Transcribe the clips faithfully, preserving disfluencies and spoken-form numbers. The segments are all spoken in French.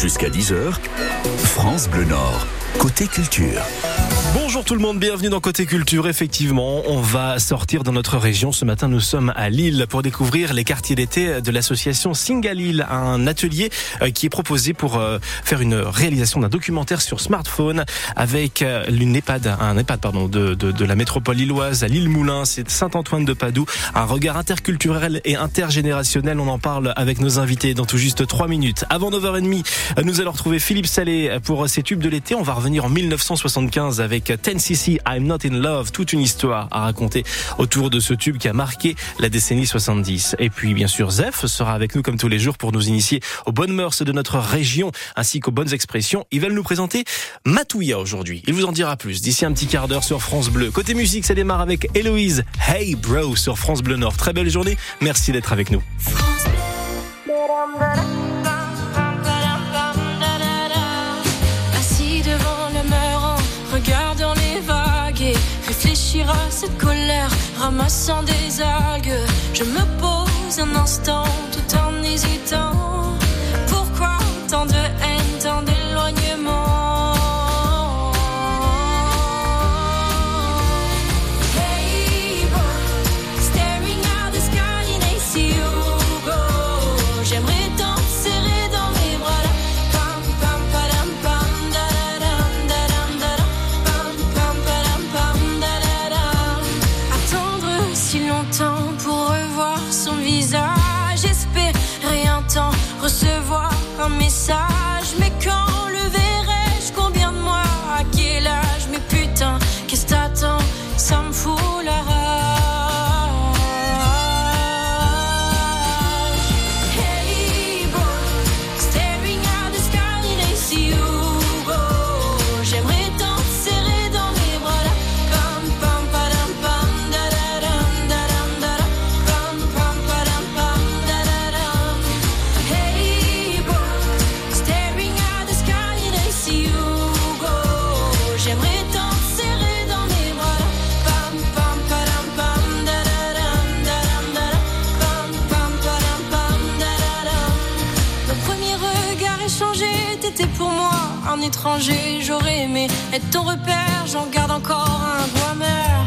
Jusqu'à dix heures, France Bleu Nord, côté culture. Bonjour tout le monde, bienvenue dans Côté Culture. Effectivement, on va sortir de notre région. Ce matin, nous sommes à Lille pour découvrir les quartiers d'été de l'association Sing à Lille, un atelier qui est proposé pour faire une réalisation d'un documentaire sur smartphone avec une EHPAD, un EHPAD pardon, de, de, de la métropole lilloise à Lille-Moulin, c'est Saint-Antoine-de-Padoue. Un regard interculturel et intergénérationnel. On en parle avec nos invités dans tout juste trois minutes. Avant neuf heures trente, nous allons retrouver Philippe Salé pour ses tubes de l'été. On va revenir en mille neuf cent soixante-quinze avec ten C C, I'm Not In Love, toute une histoire à raconter autour de ce tube qui a marqué la décennie soixante-dix. Et puis bien sûr Zef sera avec nous comme tous les jours pour nous initier aux bonnes mœurs de notre région ainsi qu'aux bonnes expressions. Ils veulent nous présenter Matouya aujourd'hui. Il vous en dira plus d'ici un petit quart d'heure sur France Bleu. Côté musique, ça démarre avec Héloïse, Hey Bro sur France Bleu Nord. Très belle journée, merci d'être avec nous. Assis devant le mur, regardant les vagues et réfléchir à cette colère, ramassant des algues. Je me pose un instant tout en hésitant. Pourquoi tant de haine, tant d'éloignement? Hey bro, staring at the sky and I see you go. J'aimerais t'en serrer dans mes bras là. Pam pam padam pam da da dam da dam da dam. Pam pam padam pam da da dam. Attendre si longtemps pour revoir son visage, espérer un temps, recevoir un message. Mais quand le verrai-je, combien de mois, à quel âge? Mais putain, qu'est-ce que t'attends? Ça me fout la rage. Hey bro, staring at the sky and I see you go. J'aimerais t'en serrer dans mes bras là. Pam pam padam pam da da dam da dam da dam. Pam pam padam pam da da dam. Hey bro, staring at the sky and I see you go. J'aimerais t'en serrer dans mes bras là. Pam pam padam pam da da dam da dam da dam. Pam pam padam pam da da dam. Nos premiers regards échangés, t'étais pour moi un étranger. J'aurais aimé être ton repère, j'en garde encore un goût amer.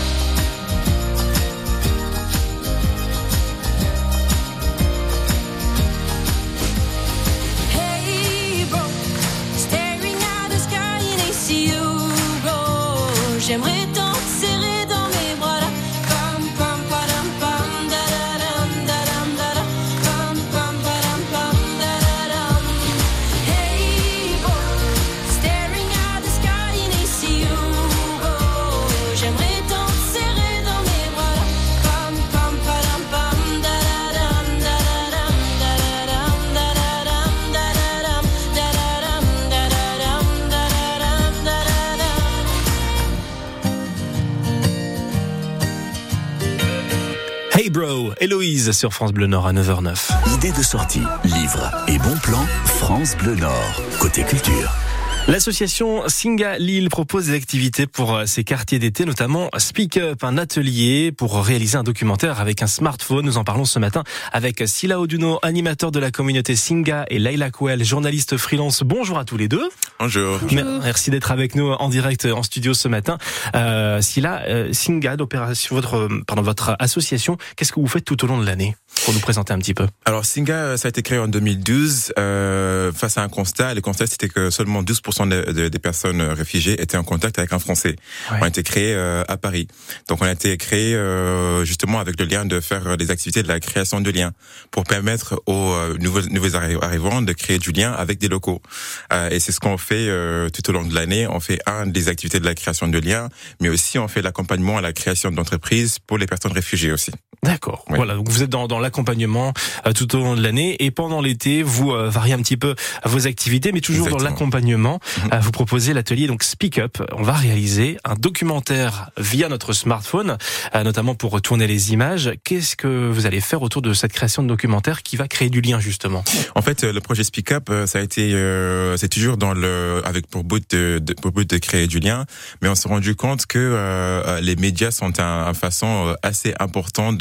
Hey bro, staring at the sky and I see you go. J'aimerais t'en serrer dans mes bras là. Pam pam padam pam da da dam da dam da dam. Pam pam padam pam da da dam. Hey bro, staring at the sky and I see you go. J'aimerais t'en serrer dans mes bras là. Pam pam padam pam da da dam da da dam da da dam da da dam da da dam da da dam da da dam da da dam da da dam. Hey Bro, Héloïse sur France Bleu Nord à neuf heures neuf. Idée de sortie, livres et bons plans, France Bleu Nord, côté culture. L'association Sing à Lille propose des activités pour ses quartiers d'été, notamment Speak Up, un atelier pour réaliser un documentaire avec un smartphone. Nous en parlons ce matin avec Sila Oduno, animateur de la communauté Singa, et Leila Kouel, journaliste freelance. Bonjour à tous les deux. Bonjour. Merci d'être avec nous en direct en studio ce matin. Euh, Sila, euh, Singa, d'opération, votre, pardon, votre association, qu'est-ce que vous faites tout au long de l'année pour nous présenter un petit peu? Alors Singa, ça a été créé en deux mille douze euh, face à un constat. Le constat, c'était que seulement douze pour cent de, de, des personnes réfugiées étaient en contact avec un Français. Ouais. On a été créé euh, à Paris. Donc on a été créé euh, justement avec le lien de faire des activités de la création de liens pour permettre aux euh, nouveaux, nouveaux arrivants de créer du lien avec des locaux. Euh, et c'est ce qu'on fait euh, tout au long de l'année. On fait un des activités de la création de liens, mais aussi on fait l'accompagnement à la création d'entreprises pour les personnes réfugiées aussi. D'accord. Oui. Voilà. Donc vous êtes dans, dans l'accompagnement euh, tout au long de l'année, et pendant l'été, vous euh, variez un petit peu vos activités, mais toujours Exactement. Dans l'accompagnement. Mm-hmm. Euh, vous proposez l'atelier donc Speak Up. On va réaliser un documentaire via notre smartphone, euh, notamment pour tourner les images. Qu'est-ce que vous allez faire autour de cette création de documentaire qui va créer du lien justement? En fait, le projet Speak Up, ça a été, euh, c'est toujours dans le, avec pour but de, de, pour but de créer du lien, mais on s'est rendu compte que euh, les médias sont un, un façon assez important de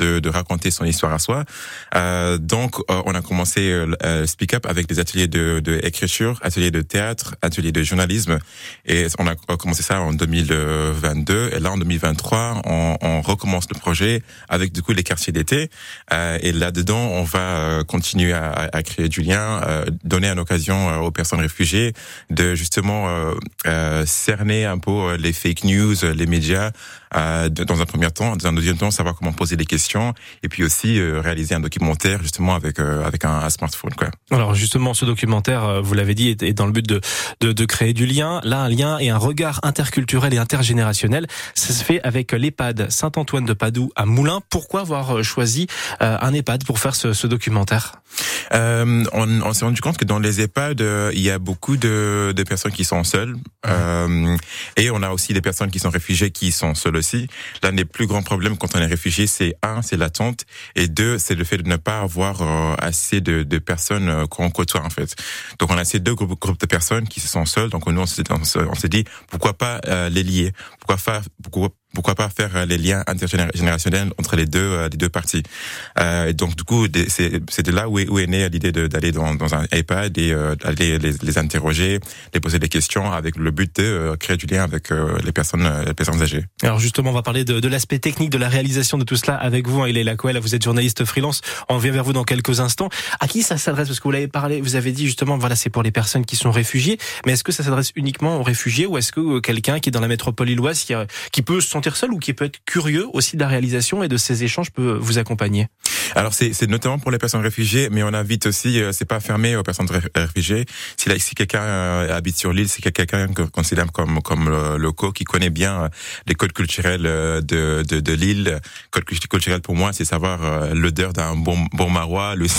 de, de raconter son histoire à soi. Euh, donc, euh, on a commencé euh, Speak Up avec des ateliers de, de écriture, ateliers de théâtre, ateliers de journalisme, et on a commencé ça en deux mille vingt-deux. Et là, en deux mille vingt-trois, on, on recommence le projet avec du coup les quartiers d'été. Euh, et là-dedans, on va continuer à, à créer du lien, euh, donner une occasion aux personnes réfugiées de justement euh, euh, cerner un peu les fake news, les médias, euh, dans un premier temps, dans un deuxième temps, savoir comment poser des questions, et puis aussi euh, réaliser un documentaire justement avec euh, avec un, un smartphone, quoi. Alors justement, ce documentaire, vous l'avez dit, est dans le but de, de de créer du lien. Là, un lien et un regard interculturel et intergénérationnel. Ça se fait avec l'EHPAD Saint-Antoine de Padoue à Moulins. Pourquoi avoir choisi euh, un EHPAD pour faire ce, ce documentaire? Euh, on, on s'est rendu compte que dans les EHPAD, euh, il y a beaucoup de, de personnes qui sont seules, euh, et on a aussi des personnes qui sont réfugiées qui sont seules aussi. L'un des plus grands problèmes quand on est réfugié, c'est un, c'est l'attente, et deux, c'est le fait de ne pas avoir euh, assez de, de personnes euh, qu'on côtoie en fait. Donc on a ces deux groupes, groupes de personnes qui se sont seules. Donc nous on s'est, on s'est, on s'est dit pourquoi pas euh, les lier, pourquoi faire, pourquoi Pourquoi pas faire les liens intergénérationnels entre les deux, les deux parties. Euh, et donc du coup, c'est, c'est de là où est, où est née l'idée de, d'aller dans, dans un EHPAD et euh, d'aller les, les interroger, les poser des questions avec le but de euh, créer du lien avec euh, les personnes, les personnes âgées. Alors justement, on va parler de, de l'aspect technique de la réalisation de tout cela avec vous. Hein, Leila Kouel, vous êtes journaliste freelance. On revient vers vous dans quelques instants. À qui ça s'adresse? Parce que vous l'avez parlé, vous avez dit justement, voilà, c'est pour les personnes qui sont réfugiées. Mais est-ce que ça s'adresse uniquement aux réfugiés, ou est-ce que quelqu'un qui est dans la métropole lilloise, qui, qui peut se sentir seul ou qui peut être curieux aussi de la réalisation et de ces échanges peut vous accompagner? Alors c'est, c'est notamment pour les personnes réfugiées, mais on invite aussi, euh, c'est pas fermé aux personnes réfugiées. Si, là, si quelqu'un euh, habite sur l'île, c'est quelqu'un qu'on considère comme comme euh, local, qui connaît bien euh, les codes culturels euh, de, de de l'île. Code culturel pour moi, c'est savoir euh, l'odeur d'un bon bon marois, le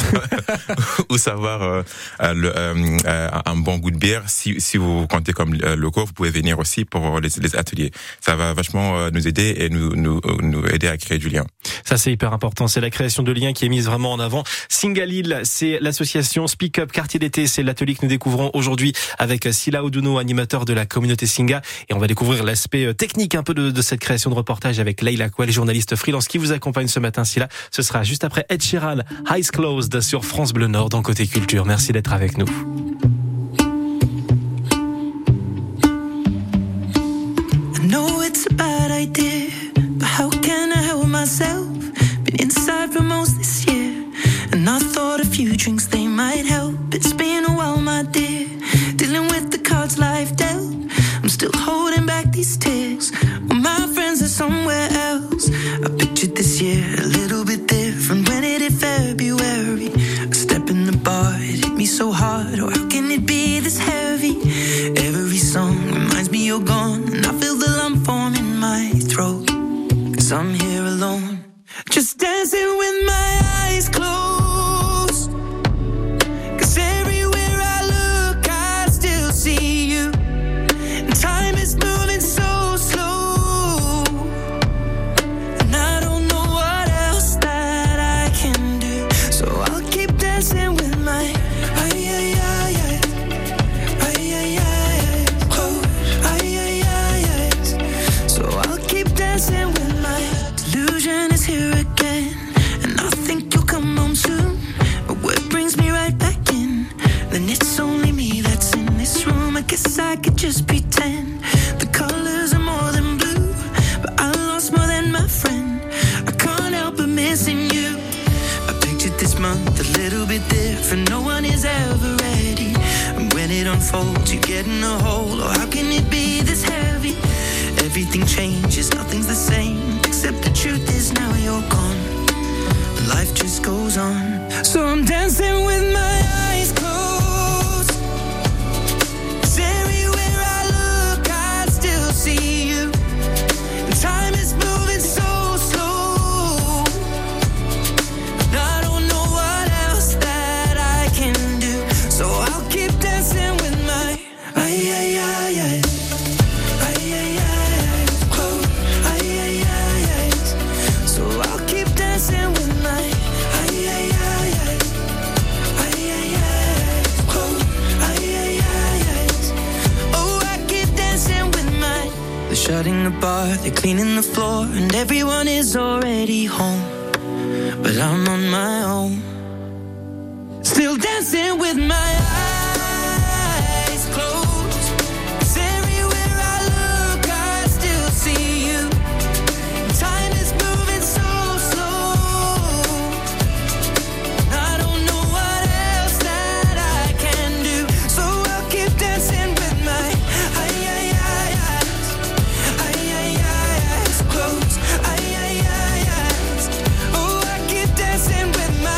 ou savoir euh, le, euh, un bon goût de bière. Si si vous comptez comme euh, local, vous pouvez venir aussi pour les, les ateliers. Ça va vachement euh, nous aider et nous nous nous aider à créer du lien. Ça c'est hyper important. C'est la création de liens qui est mise vraiment en avant. Singalil, c'est l'association Speak Up Quartier d'été. C'est l'atelier que nous découvrons aujourd'hui avec Sila Oduno, animateur de la communauté Singa. Et on va découvrir l'aspect technique un peu de, de cette création de reportage avec Leila Kouel, journaliste freelance qui vous accompagne ce matin. Sila, ce sera juste après Ed Sheeran, Eyes Closed sur France Bleu Nord dans Côté Culture. Merci d'être avec nous. I know it's a bad idea, but how can I help myself? Been inside for most this year, and I thought a few drinks they might help. It's been a while, my dear, dealing with the cards life dealt. I'm still holding back these tears, well, my friends are somewhere else. I pictured this year a little bit different when it hit February. A step in the bar, it hit me so hard. Oh, how can it be this heavy? Every song reminds me you're gone, and I feel the lump form in my throat. 'Cause I'm here alone, just dancing with my eyes closed. 'Cause everywhere I look, I still see you. And time is moving so slow, and I don't know what else that I can do. So I'll keep dancing with my ay ay ay ay ay ay ay closed. Ay ay ay ay. So I'll keep dancing with my delusion is here again, and I think you'll come home soon. But what brings me right back in? Then it's only me that's in this room. I guess I could just pretend the colors are more than blue, but I lost more than my friend. I can't help but missing you. I pictured this month a little bit different. No one is ever ready, and when it unfolds, you get in a hole. Oh, how can it be this heavy? Everything changes, nothing's the same, except the truth is now you're gone. Life just goes on. So I'm dancing with my eyes closed. 'Cause everywhere I look, I still see you. And time is moving so slow, and I don't know what else that I can do. So I'll keep dancing with my ay ay ay ay. Ay ay ay, close. Ay ay ay ay. So I'll keep dancing with my ay ay ay ay. Ay ay ay, close. Ay ay ay ay. Oh, I keep dancing with my. They're shutting the bar, they're cleaning the floor, and everyone is already home. but I'm on my own. Still dancing with my eyes closed. 'Cause everywhere I look, I still see you. Time is moving so slow. I don't know what else that I can do, so I'll keep dancing with my eyes, eyes closed. Eyes, oh, I keep dancing with my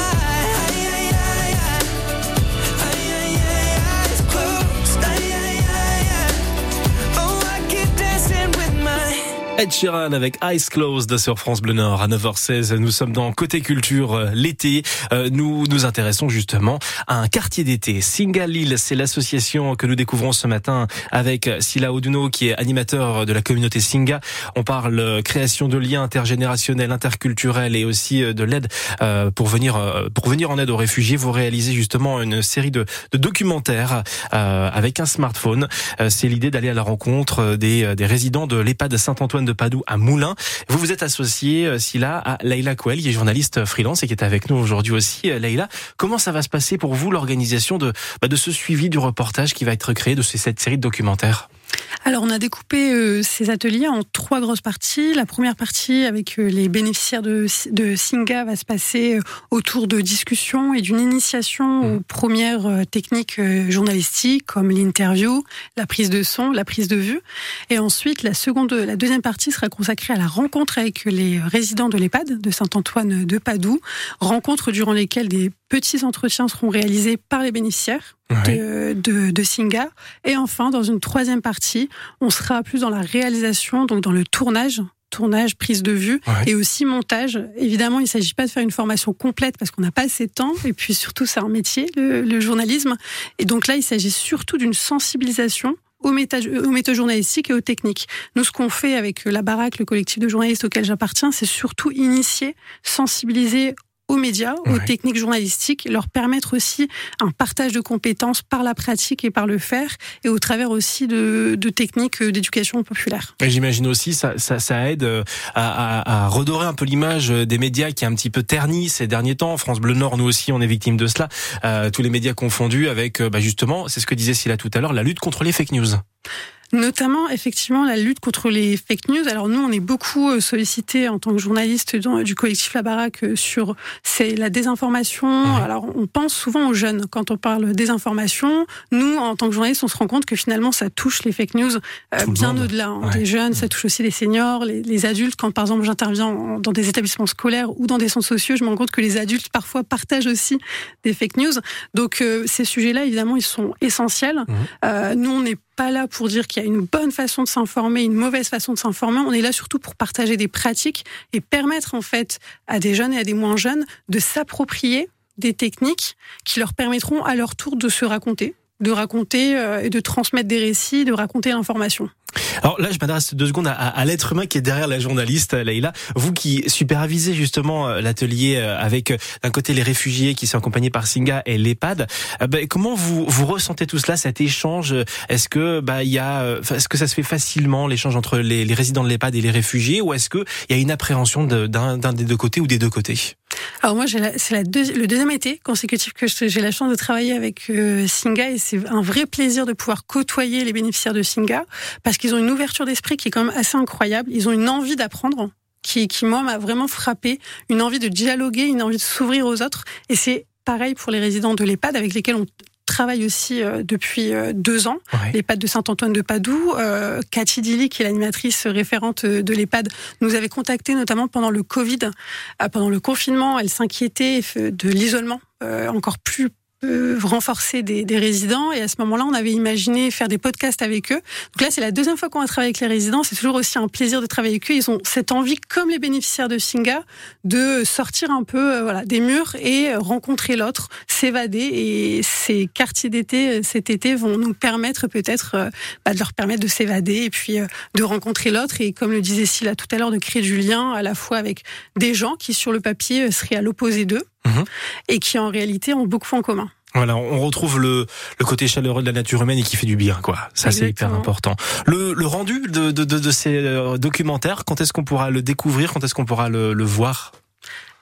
Ed Sheeran avec Eyes Closed sur France Bleu Nord à neuf heures seize. Nous sommes dans Côté Culture euh, l'été. Euh, nous nous intéressons justement à un quartier d'été. Singalil, c'est l'association que nous découvrons ce matin avec Sila Oduno qui est animateur de la communauté Singa. On parle euh, création de liens intergénérationnels, interculturels et aussi euh, de l'aide euh, pour venir euh, pour venir en aide aux réfugiés. Vous réalisez justement une série de, de documentaires euh, avec un smartphone. Euh, c'est l'idée d'aller à la rencontre des, des résidents de l'EHPAD Saint-Antoine de Padoue à Moulins. Vous vous êtes associé, Sila, à Leïla Kouel, qui est journaliste freelance et qui est avec nous aujourd'hui aussi. Leïla, comment ça va se passer pour vous, l'organisation de, bah, de ce suivi du reportage qui va être créé de cette série de documentaires? Alors, on a découpé euh, ces ateliers en trois grosses parties. La première partie, avec euh, les bénéficiaires de, de Singa, va se passer euh, autour de discussions et d'une initiation mmh. aux premières euh, techniques euh, journalistiques, comme l'interview, la prise de son, la prise de vue. Et ensuite, la seconde, la deuxième partie sera consacrée à la rencontre avec les résidents de l'EHPAD de Saint-Antoine de Padoue, rencontres durant lesquelles des petits entretiens seront réalisés par les bénéficiaires ouais. de, de, de Singa. Et enfin, dans une troisième partie, on sera plus dans la réalisation, donc dans le tournage, tournage, prise de vue ouais. et aussi montage. Évidemment, il ne s'agit pas de faire une formation complète parce qu'on n'a pas assez de temps et puis surtout, c'est un métier, le, le journalisme. Et donc là, il s'agit surtout d'une sensibilisation aux méthodes, aux méthodes journalistiques et aux techniques. Nous, ce qu'on fait avec la Baraque, le collectif de journalistes auquel j'appartiens, c'est surtout initier, sensibiliser aux médias, aux ouais. techniques journalistiques, leur permettre aussi un partage de compétences par la pratique et par le faire, et au travers aussi de, de techniques d'éducation populaire. Et j'imagine aussi ça, ça, ça aide à, à, à redorer un peu l'image des médias qui est un petit peu ternie ces derniers temps. France Bleu Nord, nous aussi, on est victime de cela. Euh, tous les médias confondus avec, bah justement, c'est ce que disait Sila tout à l'heure, la lutte contre les fake news. Notamment, effectivement, la lutte contre les fake news. Alors nous, on est beaucoup sollicités en tant que journalistes du collectif La Baraque sur c'est la désinformation. Ouais. Alors on pense souvent aux jeunes quand on parle désinformation. Nous, en tant que journalistes, on se rend compte que finalement, ça touche les fake news euh, bien au-delà hein, ouais. des jeunes. Ça touche aussi les seniors, les, les adultes. Quand par exemple j'interviens dans des établissements scolaires ou dans des centres sociaux, je me rends compte que les adultes parfois partagent aussi des fake news. Donc euh, ces sujets-là, évidemment, ils sont essentiels. Mmh. Euh, nous, on n'est pas là pour dire qu'il y a une bonne façon de s'informer, une mauvaise façon de s'informer. On est là surtout pour partager des pratiques et permettre en fait à des jeunes et à des moins jeunes de s'approprier des techniques qui leur permettront à leur tour de se raconter, de raconter euh, et de transmettre des récits, de raconter l'information. Alors là, je m'adresse deux secondes à, à l'être humain qui est derrière la journaliste, Leïla. Vous qui supervisez justement l'atelier avec d'un côté les réfugiés qui sont accompagnés par Singa et l'EHPAD, ben, comment vous vous ressentez tout cela, cet échange? Est-ce que bah il y a, est-ce que ça se fait facilement l'échange entre les, les résidents de l'EHPAD et les réfugiés, ou est-ce que il y a une appréhension de, d'un, d'un des deux côtés ou des deux côtés? Alors moi, j'ai la, c'est la deux, le deuxième été consécutif que j'ai la chance de travailler avec euh, Singa, et c'est un vrai plaisir de pouvoir côtoyer les bénéficiaires de Singa parce qu'ils ont une ouverture d'esprit qui est quand même assez incroyable. Ils ont une envie d'apprendre qui, qui moi, m'a vraiment frappée, une envie de dialoguer, une envie de s'ouvrir aux autres. Et c'est pareil pour les résidents de l'EHPAD avec lesquels on travaille aussi euh, depuis euh, deux ans, ouais. l'EHPAD de Saint-Antoine de Padoue. Euh, Cathy Dilly, qui est l'animatrice référente de l'EHPAD, nous avait contacté notamment pendant le Covid, euh, pendant le confinement. Elle s'inquiétait de l'isolement euh, encore plus euh, renforcé des, des résidents, et à ce moment-là, on avait imaginé faire des podcasts avec eux. Donc là, c'est la deuxième fois qu'on va travailler avec les résidents. C'est toujours aussi un plaisir de travailler avec eux. Ils ont cette envie, comme les bénéficiaires de Singa, de sortir un peu euh, voilà, des murs et rencontrer l'autre, s'évader. Et ces quartiers d'été, cet été, vont nous permettre peut-être euh, bah, de leur permettre de s'évader et puis euh, de rencontrer l'autre. Et comme le disait Sila tout à l'heure, de créer du lien à la fois avec des gens qui, sur le papier, seraient à l'opposé d'eux mmh. et qui, en réalité, ont beaucoup en commun. Voilà, on retrouve le, le côté chaleureux de la nature humaine et qui fait du bien, quoi. Ça, exactement. C'est hyper important. Le, le rendu de, de, de, de ces documentaires, quand est-ce qu'on pourra le découvrir? Quand est-ce qu'on pourra le, le voir?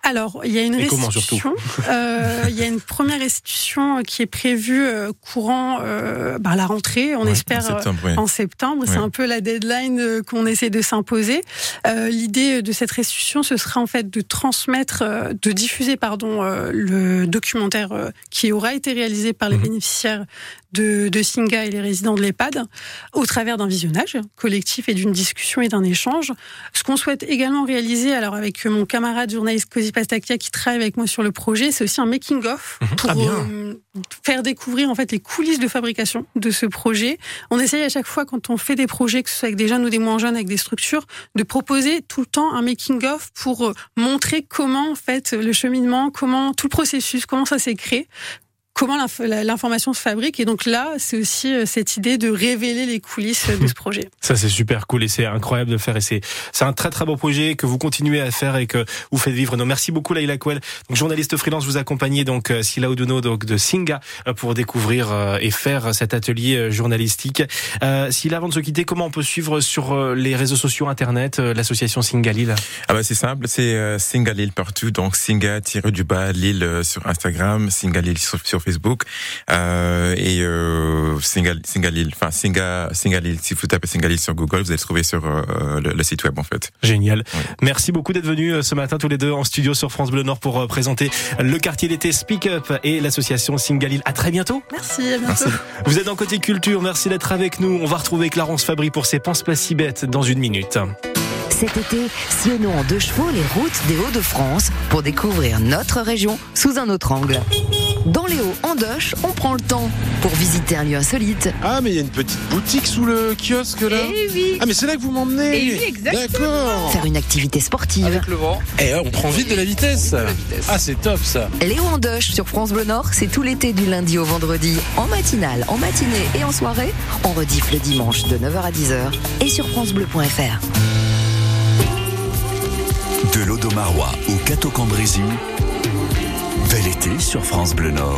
Alors, il y a une Et comment, restitution. Euh, il y a une première restitution qui est prévue euh, courant euh, bah, la rentrée. On Ouais, espère en septembre. Oui. en septembre. C'est Ouais. un peu la deadline euh, qu'on essaie de s'imposer. Euh, l'idée de cette restitution, ce sera en fait de transmettre, euh, de diffuser, pardon, euh, le documentaire euh, qui aura été réalisé par les Mmh. bénéficiaires de, de Singa et les résidents de l'EHPAD, au travers d'un visionnage collectif et d'une discussion et d'un échange. Ce qu'on souhaite également réaliser, alors avec mon camarade journaliste Cozy Pastakia qui travaille avec moi sur le projet, c'est aussi un making-of pour Ah, bien. euh, faire découvrir en fait les coulisses de fabrication de ce projet. On essaye à chaque fois quand on fait des projets, que ce soit avec des jeunes ou des moins jeunes, avec des structures, de proposer tout le temps un making-of pour euh, montrer comment en fait le cheminement, comment tout le processus, comment ça s'est créé, comment l'inf- la- l'information se fabrique. Et donc là, c'est aussi euh, cette idée de révéler les coulisses de ce projet. Ça, c'est super cool et c'est incroyable de le faire. Et c'est, c'est un très très beau projet que vous continuez à faire et que vous faites vivre. Donc, merci beaucoup, Laïla Kouel. Donc, journaliste freelance, vous accompagnez donc euh, Sila Ouduno donc, de Singa euh, pour découvrir euh, et faire cet atelier euh, journalistique. Euh, Sila, avant de se quitter, comment on peut suivre sur euh, les réseaux sociaux, Internet, euh, l'association Singa Lille? Ah bah c'est simple, c'est euh, Singa Lille partout, donc Singa-du-bas Lille euh, sur Instagram, Singa Lille sur, sur Facebook, euh, et euh, Singa, Singa Lille, enfin Singa, Singa Lille, si vous tapez Singa Lille sur Google, vous allez le trouver sur euh, le, le site web en fait. Génial. Oui. Merci beaucoup d'être venus euh, ce matin tous les deux en studio sur France Bleu Nord pour euh, présenter le quartier d'été Speak Up et l'association Singa Lille. À très bientôt. Merci, à bientôt. Merci. Vous êtes dans Côté Culture, merci d'être avec nous. On va retrouver Clarence Fabry pour ses Pense pas si bêtes dans une minute. Cet été, sillonnons en deux chevaux les routes des Hauts-de-France pour découvrir notre région sous un autre angle. Dans les Hauts-Andoche, on prend le temps pour visiter un lieu insolite. Ah, mais il y a une petite boutique sous le kiosque là. Eh oui. Ah, mais c'est là que vous m'emmenez. Eh oui, exactement. D'accord. Faire une activité sportive. Avec le vent. Et on prend vite de la vitesse. De la vitesse. Ah, c'est top ça. Les Hauts-Andoche sur France Bleu Nord, c'est tout l'été du lundi au vendredi, en matinale, en matinée et en soirée. On rediff le dimanche de neuf heures à dix heures et sur francebleu point f r. De l'Audomarois au Cateau-Cambrésis, bel été sur France Bleu Nord.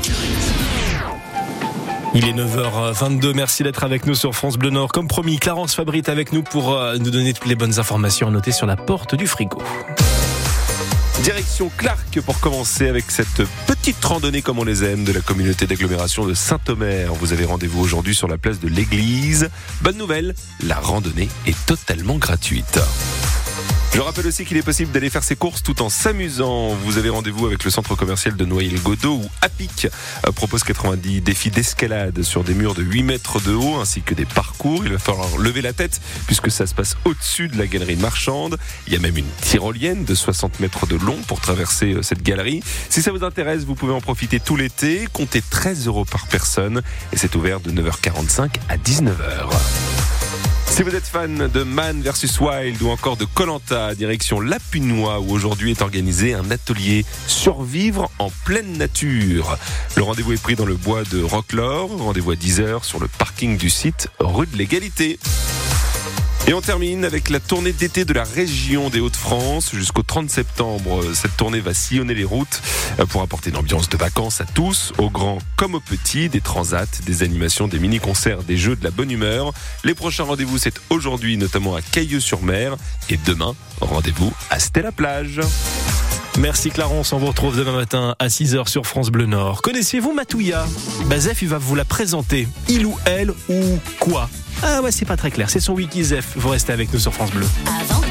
Il est neuf heures vingt-deux, merci d'être avec nous sur France Bleu Nord. Comme promis, Clarence Fabry est avec nous pour euh, nous donner toutes les bonnes informations à noter sur la porte du frigo. Direction Clark pour commencer avec cette petite randonnée comme on les aime de la communauté d'agglomération de Saint-Omer. Vous avez rendez-vous aujourd'hui sur la place de l'église. Bonne nouvelle, la randonnée est totalement gratuite. Je rappelle aussi qu'il est possible d'aller faire ses courses tout en s'amusant. Vous avez rendez-vous avec le centre commercial de Noyelles-Godeau où Apic propose quatre-vingt-dix défis d'escalade sur des murs de huit mètres de haut ainsi que des parcours. Il va falloir lever la tête puisque ça se passe au-dessus de la galerie marchande. Il y a même une tyrolienne de soixante mètres de long pour traverser cette galerie. Si ça vous intéresse, vous pouvez en profiter tout l'été. Comptez treize euros par personne et c'est ouvert de neuf heures quarante-cinq à dix-neuf heures. Si vous êtes fan de Man versus Wild ou encore de Koh-Lanta, direction Lapunois où aujourd'hui est organisé un atelier survivre en pleine nature. Le rendez-vous est pris dans le bois de Roquelaure, rendez-vous à dix heures sur le parking du site rue de l'Égalité. Et on termine avec la tournée d'été de la région des Hauts-de-France. Jusqu'au trente septembre, cette tournée va sillonner les routes pour apporter une ambiance de vacances à tous, aux grands comme aux petits, des transats, des animations, des mini-concerts, des jeux, de la bonne humeur. Les prochains rendez-vous, c'est aujourd'hui, notamment à Cailleux-sur-Mer. Et demain, rendez-vous à Stella-Plage. Merci Clarence, on vous retrouve demain matin à six heures sur France Bleu Nord. Connaissez-vous Matouya? Bazef, il va vous la présenter. Il ou elle ou quoi? Ah ouais, c'est pas très clair, c'est son wiki Zef. Vous restez avec nous sur France Bleu. Avant